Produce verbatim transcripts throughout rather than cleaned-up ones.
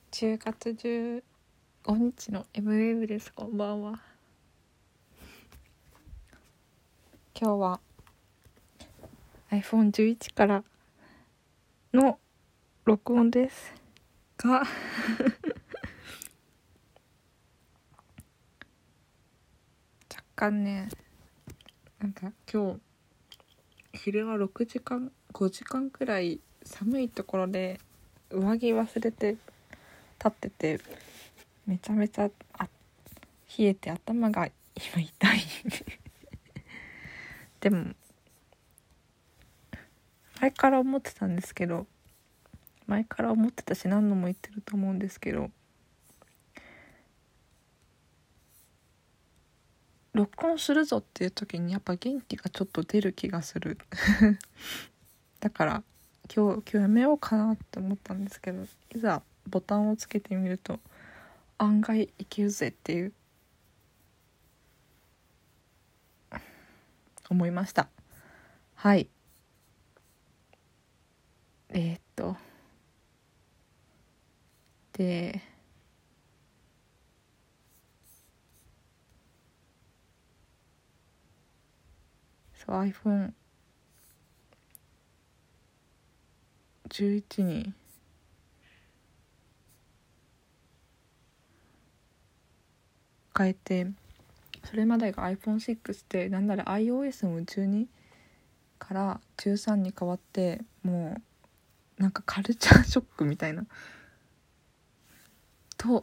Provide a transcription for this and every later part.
じゅうがつじゅうごにちの エムウェーブ です。こんばんは。今日は アイフォンじゅういち からの録音ですが若干ね、なんか今日昼はろくじかんごじかんくらい寒いところで上着忘れて立ってて、めちゃめちゃあ冷えて頭が今痛いでも前から思ってたんですけど前から思ってたし何度も言ってると思うんですけど、録音するぞっていう時にやっぱ元気がちょっと出る気がするだから今日今日やめようかなって思ったんですけど、いざボタンをつけてみると案外いけるぜっていう思いました。はい、えー、っとでそう アイフォンじゅういち に変えて、それまでが アイフォンシックス で、なんなら iOS もじゅうにからじゅうさんに変わって、もうなんかカルチャーショックみたいなと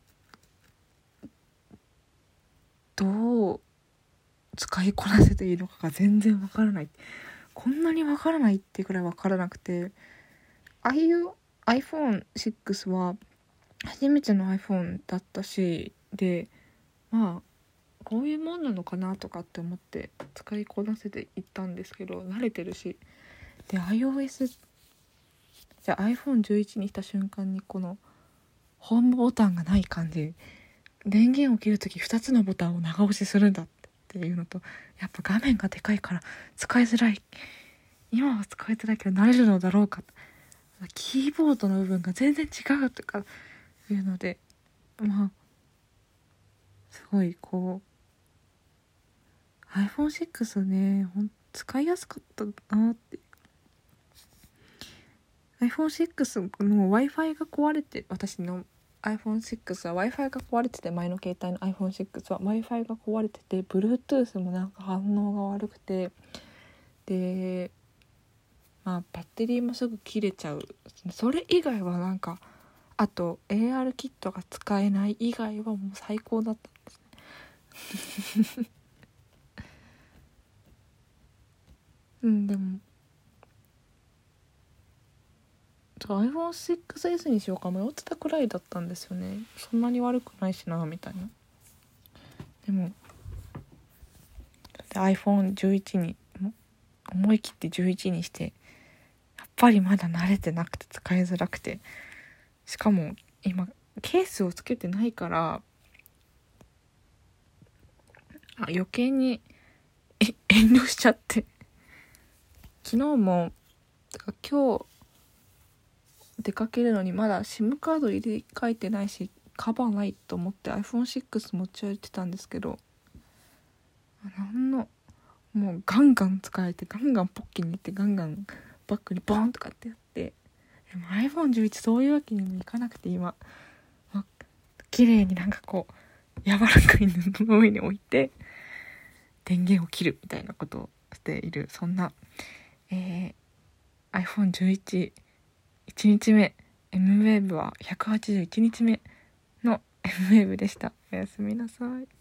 どう使いこなせていいのかが全然わからない。こんなにわからないっていうくらいわからなくて、ああいう アイフォンシックス は初めての iPhone だったし、でまあこういうもんなのかなとかって思って使いこなせていったんですけど、慣れてるし、で iOS じゃあ アイフォンじゅういち にした瞬間にこのホームボタンがない感じ、電源を切るときふたつのボタンを長押しするんだっていうのと、やっぱ画面がでかいから使いづらい、今は使いづらいけど慣れるのだろうか、キーボードの部分が全然違うとかいうので、まあすごいこう アイフォンシックス ね、ほん使いやすかったなって。 アイフォンシックス の Wi-Fi が壊れて、私の アイフォンシックス は Wi-Fi が壊れてて、前の携帯の アイフォンシックス は Wi-Fi が壊れてて、 Bluetooth もなんか反応が悪くて、でまあバッテリーもすぐ切れちゃう。それ以外はなんか、あと エーアール キットが使えない以外はもう最高だったんですねうんでも アイフォンシックスエス にしようか迷ってたくらいだったんですよね。そんなに悪くないしなみたいな。でも アイフォンじゅういち に思い切ってじゅういちにして、やっぱりまだ慣れてなくて使いづらくて、しかも今ケースをつけてないからあ余計にえ遠慮しちゃって、昨日も今日出かけるのにまだ SIM カード入れ替えてないしカバーないと思って アイフォンシックス 持ち歩いてたんですけど、なんのもうガンガン使えて、ガンガンポッケに入れて、ガンガンバッグにボンとかってやって、でも アイフォンじゅういち そういうわけにもいかなくて、今綺麗になんかこう柔らかい布の上に置いて電源を切るみたいなことをしている、そんな、えー、アイフォンじゅういち いちにちめ エムウェーブ はひゃくはちじゅういちにちめの エムウェーブ でした。おやすみなさい。